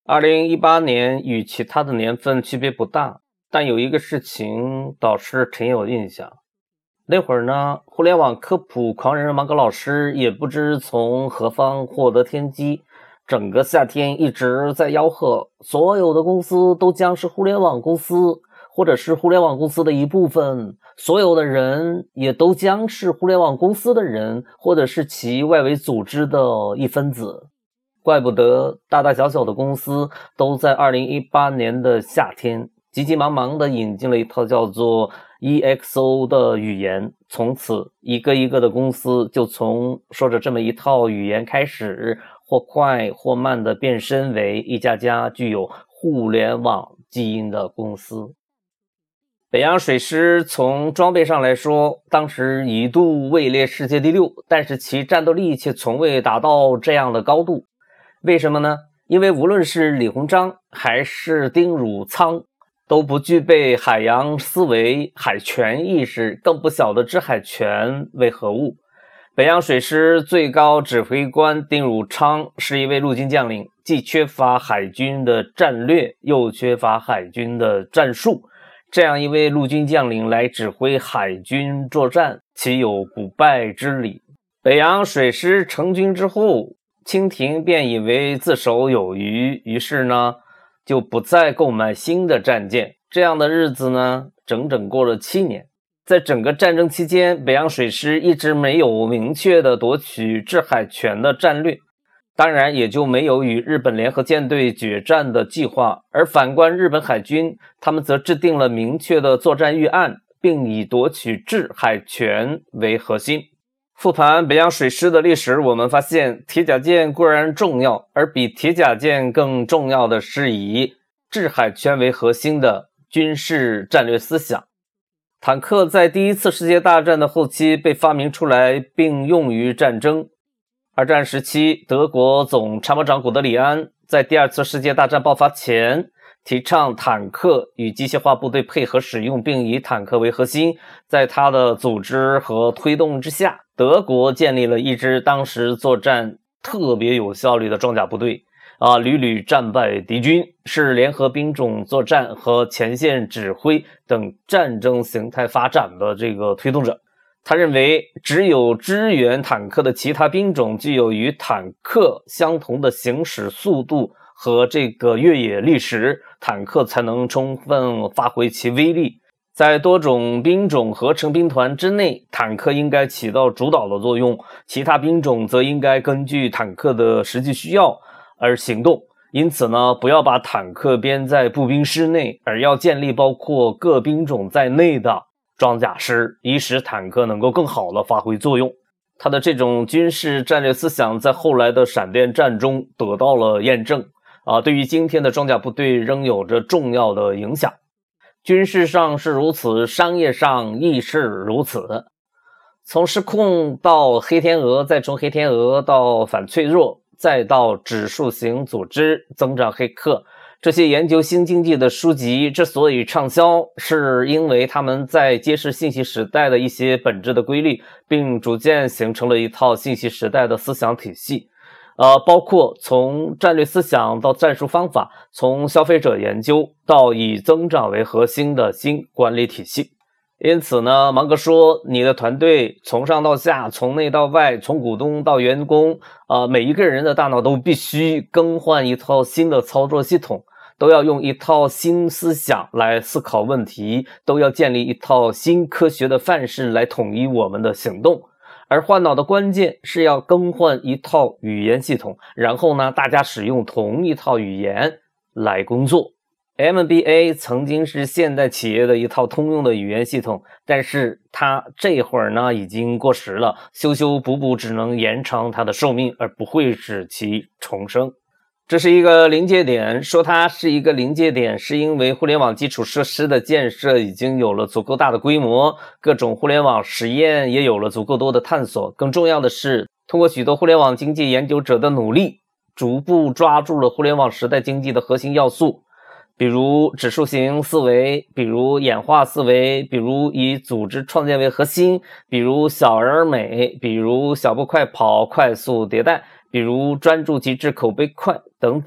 2018年与其他的年份区别不大，但有一个事情倒是挺有印象。那会儿呢，互联网科普狂人芒格老师也不知从何方获得天机，整个夏天一直在吆喝，所有的公司都将是互联网公司，或者是互联网公司的一部分，所有的人也都将是互联网公司的人，或者是其外围组织的一分子。怪不得大大小小的公司都在2018年的夏天急急忙忙地引进了一套叫做 EXO 的语言，从此一个一个的公司就从说着这么一套语言开始，或快或慢地变身为一家家具有互联网基因的公司。北洋水师从装备上来说，当时一度位列世界第6，但是其战斗力却从未达到这样的高度。为什么呢？因为无论是李鸿章还是丁汝苍都不具备海洋思维、海权意识，更不晓得知海权为何物。北洋水师最高指挥官丁汝昌是一位陆军将领，既缺乏海军的战略，又缺乏海军的战术。这样一位陆军将领来指挥海军作战，岂有不败之理？北洋水师成军之后，清廷便以为自守有余，于是呢，就不再购买新的战舰。这样的日子呢，整整过了7年。在整个战争期间，北洋水师一直没有明确的夺取制海权的战略，当然也就没有与日本联合舰队决战的计划。而反观日本海军，他们则制定了明确的作战预案，并以夺取制海权为核心。复盘北洋水师的历史，我们发现铁甲舰固然重要，而比铁甲舰更重要的是以制海权为核心的军事战略思想。坦克在第一次世界大战的后期被发明出来并用于战争。二战时期，德国总参谋长古德里安在第二次世界大战爆发前提倡坦克与机械化部队配合使用，并以坦克为核心。在他的组织和推动之下，德国建立了一支当时作战特别有效率的装甲部队，屡屡战败敌军，是联合兵种作战和前线指挥等战争形态发展的这个推动者。他认为，只有支援坦克的其他兵种具有与坦克相同的行驶速度和这个越野力时，坦克才能充分发挥其威力。在多种兵种合成兵团之内，坦克应该起到主导的作用，其他兵种则应该根据坦克的实际需要而行动。因此呢，不要把坦克编在步兵师内，而要建立包括各兵种在内的装甲师，以使坦克能够更好的发挥作用。他的这种军事战略思想在后来的闪电战中得到了验证，对于今天的装甲部队仍有着重要的影响。军事上是如此，商业上亦是如此。从失控到黑天鹅，再从黑天鹅到反脆弱，再到指数型组织、增长黑客，这些研究新经济的书籍之所以畅销，是因为他们在揭示信息时代的一些本质的规律，并逐渐形成了一套信息时代的思想体系。包括从战略思想到战术方法，从消费者研究到以增长为核心的新管理体系。因此呢，芒格说，你的团队从上到下，从内到外，从股东到员工，每一个人的大脑都必须更换一套新的操作系统，都要用一套新思想来思考问题，都要建立一套新科学的范式来统一我们的行动。而换脑的关键是要更换一套语言系统，然后呢，大家使用同一套语言来工作。MBA 曾经是现代企业的一套通用的语言系统，但是它这会儿呢已经过时了，修修补补只能延长它的寿命，而不会使其重生。这是一个临界点，说它是一个临界点，是因为互联网基础设施的建设已经有了足够大的规模，各种互联网实验也有了足够多的探索。更重要的是，通过许多互联网经济研究者的努力，逐步抓住了互联网时代经济的核心要素，比如指数型思维，比如演化思维，比如以组织创建为核心，比如小而美，比如小步快跑，快速迭代，比如专注极致口碑快等等。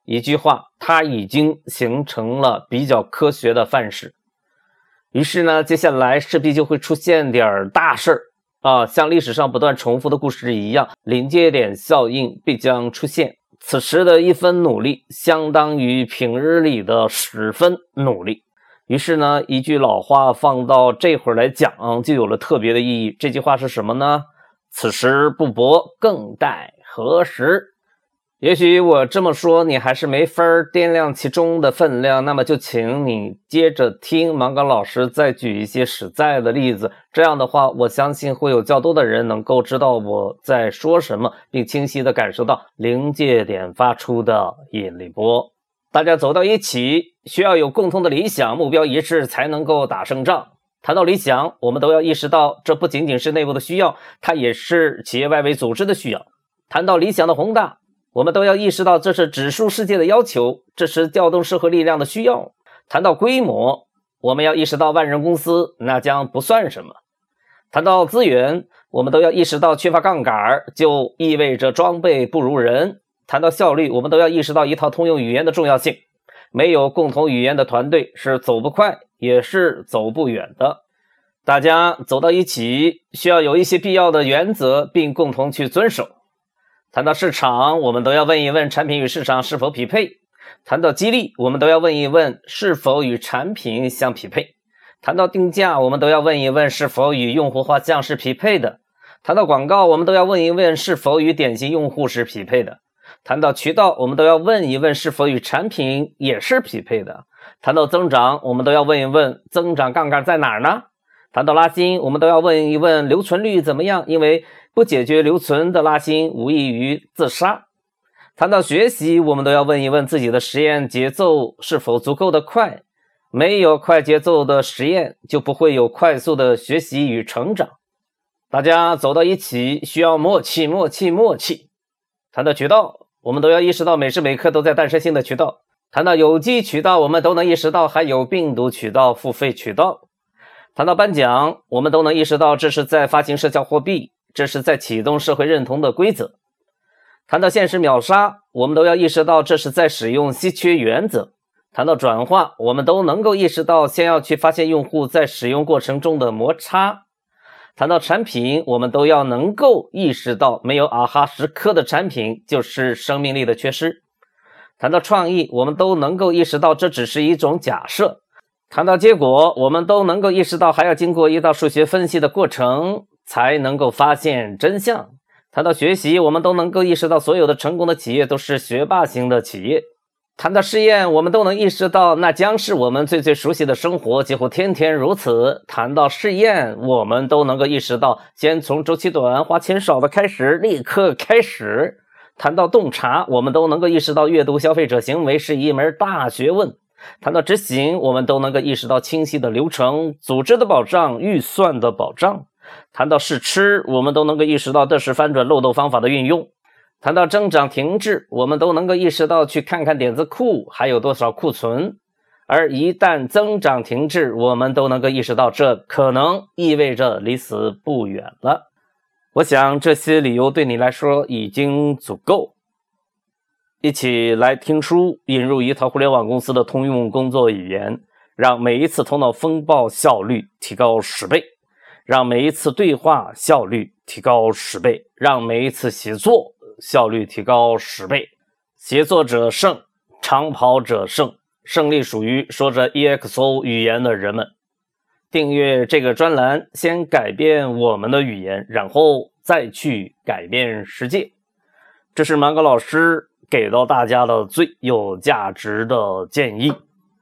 一句话，它已经形成了比较科学的范式。于是呢，接下来势必就会出现点大事儿像历史上不断重复的故事一样，临界点效应必将出现。此时的1分努力相当于平日里的10分努力。于是呢，一句老话放到这会儿来讲就有了特别的意义。这句话是什么呢？此时不搏，更待何时？也许我这么说你还是没法掂量其中的分量，那么就请你接着听芒格老师再举一些实在的例子，这样的话我相信会有较多的人能够知道我在说什么，并清晰地感受到临界点发出的引力波。大家走到一起需要有共同的理想，目标一致才能够打胜仗。谈到理想，我们都要意识到这不仅仅是内部的需要，它也是企业外围组织的需要。谈到理想的宏大，我们都要意识到这是指数世界的要求，这是调动社会力量的需要。谈到规模，我们要意识到万人公司那将不算什么。谈到资源，我们都要意识到缺乏杠杆就意味着装备不如人。谈到效率，我们都要意识到一套通用语言的重要性。没有共同语言的团队是走不快也是走不远的。大家走到一起需要有一些必要的原则并共同去遵守。谈到市场，我们都要问一问产品与市场是否匹配。谈到激励，我们都要问一问是否与产品相匹配。谈到定价，我们都要问一问是否与用户画像是匹配的。谈到广告，我们都要问一问是否与典型用户是匹配的。谈到渠道，我们都要问一问是否与产品也是匹配的。谈到增长，我们都要问一问增长杠杆在哪儿呢？谈到拉新，我们都要问一问留存率怎么样，因为不解决留存的拉新无异于自杀。谈到学习，我们都要问一问自己的实验节奏是否足够的快。没有快节奏的实验，就不会有快速的学习与成长。大家走到一起需要默契。谈到渠道，我们都要意识到每时每刻都在诞生新的渠道。谈到有机渠道，我们都能意识到还有病毒渠道、付费渠道。谈到颁奖，我们都能意识到这是在发行社交货币，这是在启动社会认同的规则。谈到限时秒杀，我们都要意识到这是在使用稀缺原则。谈到转化，我们都能够意识到先要去发现用户在使用过程中的摩擦。谈到产品，我们都要能够意识到没有啊哈时刻的产品就是生命力的缺失。谈到创意，我们都能够意识到这只是一种假设。谈到结果，我们都能够意识到还要经过一道数学分析的过程才能够发现真相。谈到学习，我们都能够意识到所有的成功的企业都是学霸型的企业。谈到试验，我们都能意识到那将是我们最熟悉的生活，几乎天天如此。谈到试验，我们都能够意识到先从周期短、花钱少的开始，立刻开始。谈到洞察，我们都能够意识到阅读消费者行为是一门大学问。谈到执行，我们都能够意识到清晰的流程、组织的保障、预算的保障。谈到试吃，我们都能够意识到这是翻转漏斗方法的运用。谈到增长停滞，我们都能够意识到去看看点子库还有多少库存。而一旦增长停滞，我们都能够意识到这可能意味着离死不远了。我想这些理由对你来说已经足够。一起来听书，引入一套互联网公司的通用工作语言，让每一次头脑风暴效率提高10倍，让每一次对话效率提高10倍，让每一次写作效率提高10倍。协作者胜，长跑者胜，胜利属于说着 EXO 语言的人们。订阅这个专栏，先改变我们的语言，然后再去改变世界。这是芒格老师给到大家的最有价值的建议。